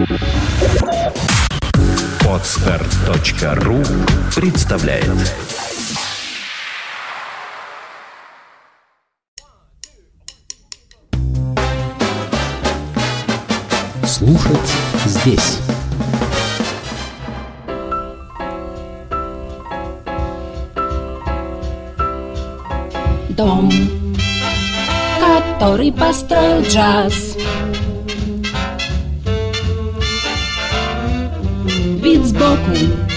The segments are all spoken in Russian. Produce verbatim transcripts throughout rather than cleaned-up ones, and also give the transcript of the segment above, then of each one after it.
Подстер точка ру представляет. Слушать здесь. Дом, который построил джаз. Вид сбоку.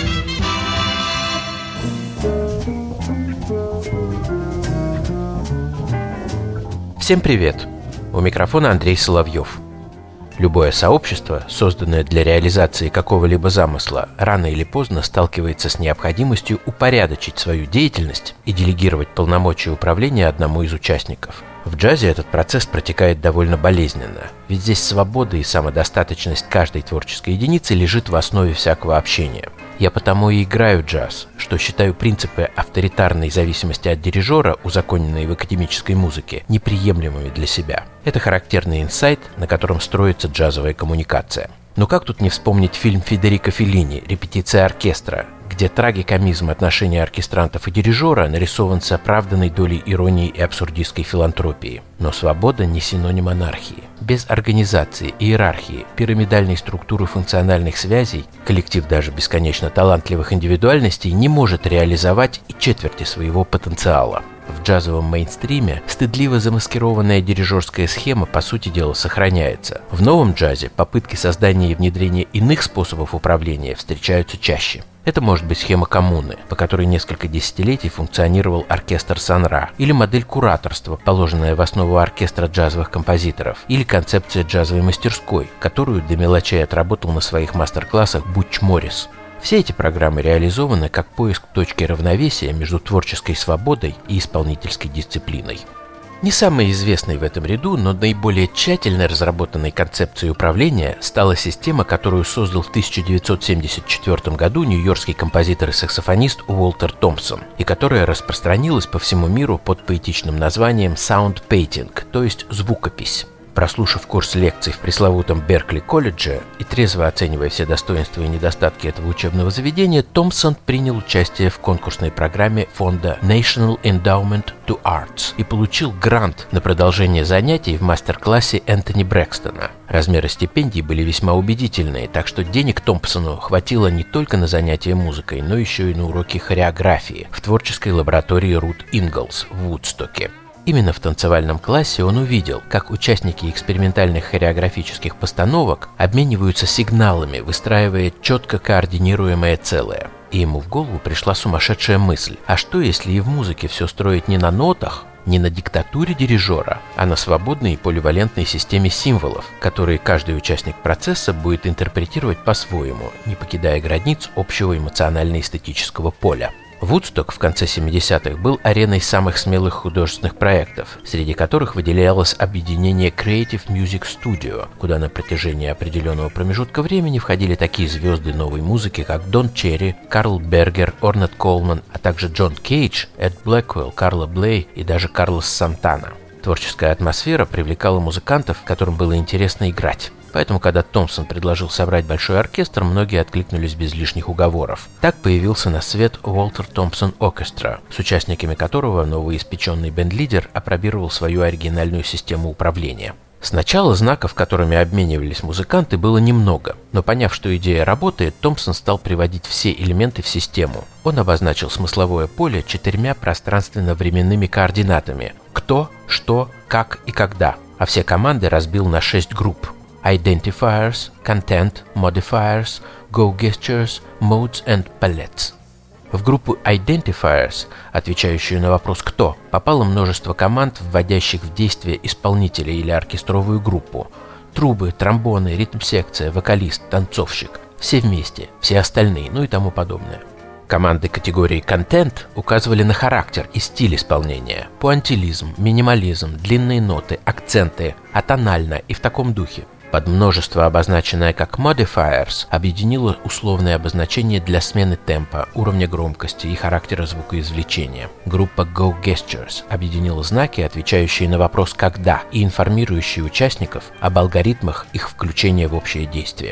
Всем привет! У микрофона Андрей Соловьев. Любое сообщество, созданное для реализации какого-либо замысла, рано или поздно сталкивается с необходимостью упорядочить свою деятельность и делегировать полномочия управления одному из участников. В джазе этот процесс протекает довольно болезненно, ведь здесь свобода и самодостаточность каждой творческой единицы лежит в основе всякого общения. Я потому и играю джаз, что считаю принципы авторитарной зависимости от дирижера, узаконенные в академической музыке, неприемлемыми для себя. Это характерный инсайт, на котором строится джазовая коммуникация. Но как тут не вспомнить фильм Федерико Феллини «Репетиция оркестра», где трагикомизм отношений оркестрантов и дирижера нарисован с оправданной долей иронии и абсурдистской филантропии. Но свобода не синоним анархии. Без организации, иерархии, пирамидальной структуры функциональных связей коллектив даже бесконечно талантливых индивидуальностей не может реализовать и четверти своего потенциала. В джазовом мейнстриме стыдливо замаскированная дирижерская схема, по сути дела, сохраняется. В новом джазе попытки создания и внедрения иных способов управления встречаются чаще. Это может быть схема коммуны, по которой несколько десятилетий функционировал оркестр Сан-Ра, или модель кураторства, положенная в основу оркестра джазовых композиторов, или концепция джазовой мастерской, которую до мелочей отработал на своих мастер-классах Бутч Моррис. Все эти программы реализованы как поиск точки равновесия между творческой свободой и исполнительской дисциплиной. Не самой известной в этом ряду, но наиболее тщательно разработанной концепцией управления стала система, которую создал в тысяча девятьсот семьдесят четвёртом году нью-йоркский композитор и саксофонист Уолтер Томпсон, и которая распространилась по всему миру под поэтичным названием «Sound Painting», то есть «звукопись». Прослушав курс лекций в пресловутом Беркли-колледже и трезво оценивая все достоинства и недостатки этого учебного заведения, Томпсон принял участие в конкурсной программе фонда National Endowment to Arts и получил грант на продолжение занятий в мастер-классе Энтони Брэкстона. Размеры стипендий были весьма убедительные, так что денег Томпсону хватило не только на занятия музыкой, но еще и на уроки хореографии в творческой лаборатории Рут Инглс в Вудстоке. Именно в танцевальном классе он увидел, как участники экспериментальных хореографических постановок обмениваются сигналами, выстраивая четко координируемое целое. И ему в голову пришла сумасшедшая мысль: а что если и в музыке все строить не на нотах, не на диктатуре дирижера, а на свободной и поливалентной системе символов, которые каждый участник процесса будет интерпретировать по-своему, не покидая границ общего эмоционально-эстетического поля. Вудсток в конце семидесятых был ареной самых смелых художественных проектов, среди которых выделялось объединение Creative Music Studio, куда на протяжении определенного промежутка времени входили такие звезды новой музыки, как Дон Черри, Карл Бергер, Орнет Колман, а также Джон Кейдж, Эд Блэквелл, Карла Блей и даже Карлос Сантана. Творческая атмосфера привлекала музыкантов, которым было интересно играть. Поэтому, когда Томпсон предложил собрать большой оркестр, многие откликнулись без лишних уговоров. Так появился на свет Уолтер Томпсон Оркестра, с участниками которого новоиспеченный бенд-лидер апробировал свою оригинальную систему управления. Сначала знаков, которыми обменивались музыканты, было немного, но поняв, что идея работает, Томпсон стал приводить все элементы в систему. Он обозначил смысловое поле четырьмя пространственно-временными координатами: кто, что, как и когда, а все команды разбил на шесть групп: Identifiers, Content, Modifiers, Go Gestures, Modes and Palettes. В группу Identifiers, отвечающую на вопрос «кто», попало множество команд, вводящих в действие исполнителя или оркестровую группу. Трубы, тромбоны, ритм-секция, вокалист, танцовщик. Все вместе, все остальные, ну и тому подобное. Команды категории Content указывали на характер и стиль исполнения: пуантилизм, минимализм, длинные ноты, акценты, атонально и в таком духе. Под множество, обозначенное как modifiers, объединило условное обозначение для смены темпа, уровня громкости и характера звукоизвлечения. Группа Go Gestures объединила знаки, отвечающие на вопрос «когда» и информирующие участников об алгоритмах их включения в общее действие.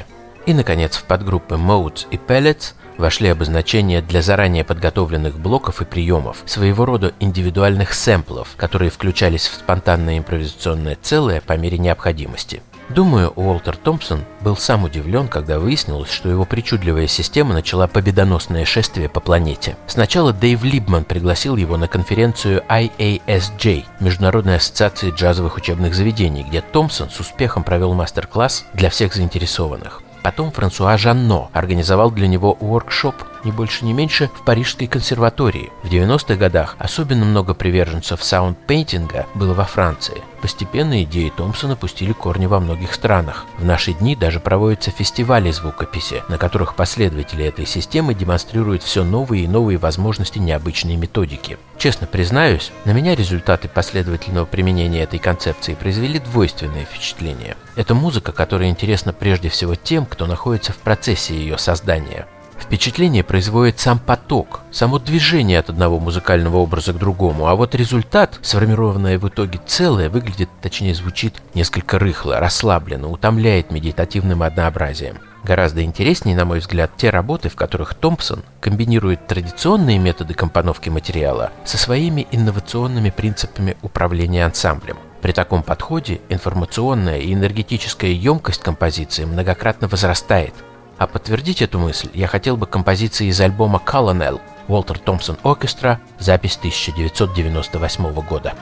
И, наконец, в подгруппы Modes и Pellets вошли обозначения для заранее подготовленных блоков и приемов, своего рода индивидуальных сэмплов, которые включались в спонтанное импровизационное целое по мере необходимости. Думаю, Уолтер Томпсон был сам удивлен, когда выяснилось, что его причудливая система начала победоносное шествие по планете. Сначала Дэйв Либман пригласил его на конференцию ай эй эс джей, Международной ассоциации джазовых учебных заведений, где Томпсон с успехом провел мастер-класс для всех заинтересованных. Потом Франсуа Жанно организовал для него воркшоп, ни больше ни меньше, в Парижской консерватории. В девяностых годах особенно много приверженцев саунд-пейнтинга было во Франции. Постепенно идеи Томпсона пустили корни во многих странах. В наши дни даже проводятся фестивали звукописи, на которых последователи этой системы демонстрируют все новые и новые возможности необычной методики. Честно признаюсь, на меня результаты последовательного применения этой концепции произвели двойственное впечатление. Это музыка, которая интересна прежде всего тем, кто находится в процессе ее создания. Впечатление производит сам поток, само движение от одного музыкального образа к другому, а вот результат, сформированное в итоге целое, выглядит, точнее звучит, несколько рыхло, расслабленно, утомляет медитативным однообразием. Гораздо интереснее, на мой взгляд, те работы, в которых Томпсон комбинирует традиционные методы компоновки материала со своими инновационными принципами управления ансамблем. При таком подходе информационная и энергетическая емкость композиции многократно возрастает. А подтвердить эту мысль я хотел бы композиции из альбома «Colonel» Walter Thompson Orchestra, запись тысяча девятьсот девяносто восьмого года.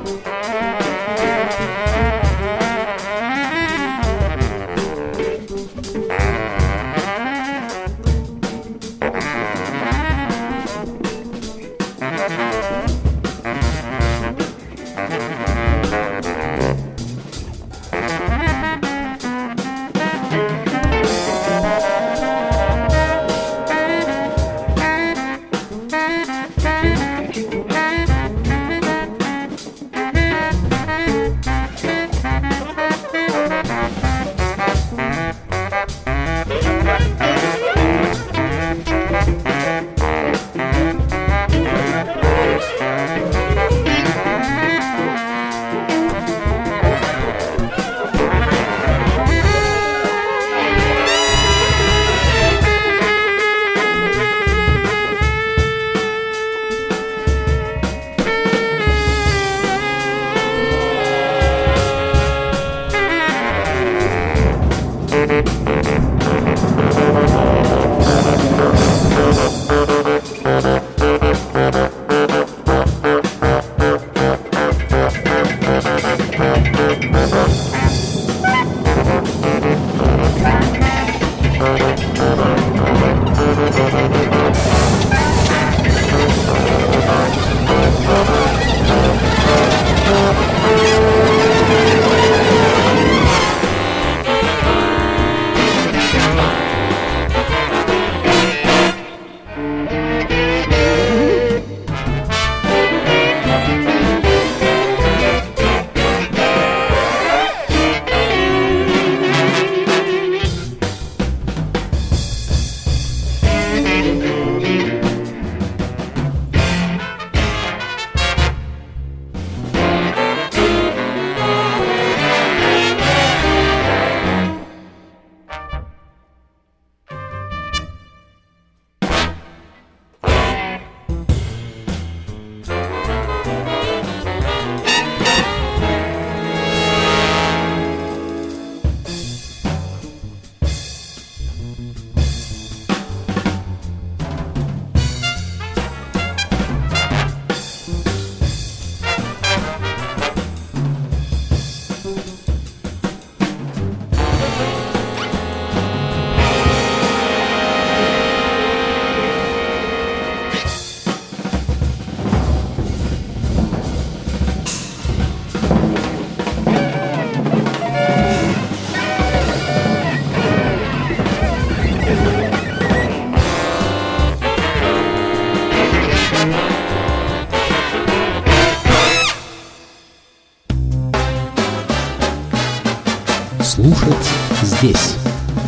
Слушать здесь.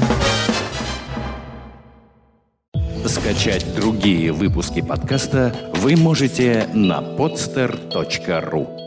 Скачать другие выпуски подкаста вы можете на podster точка ру.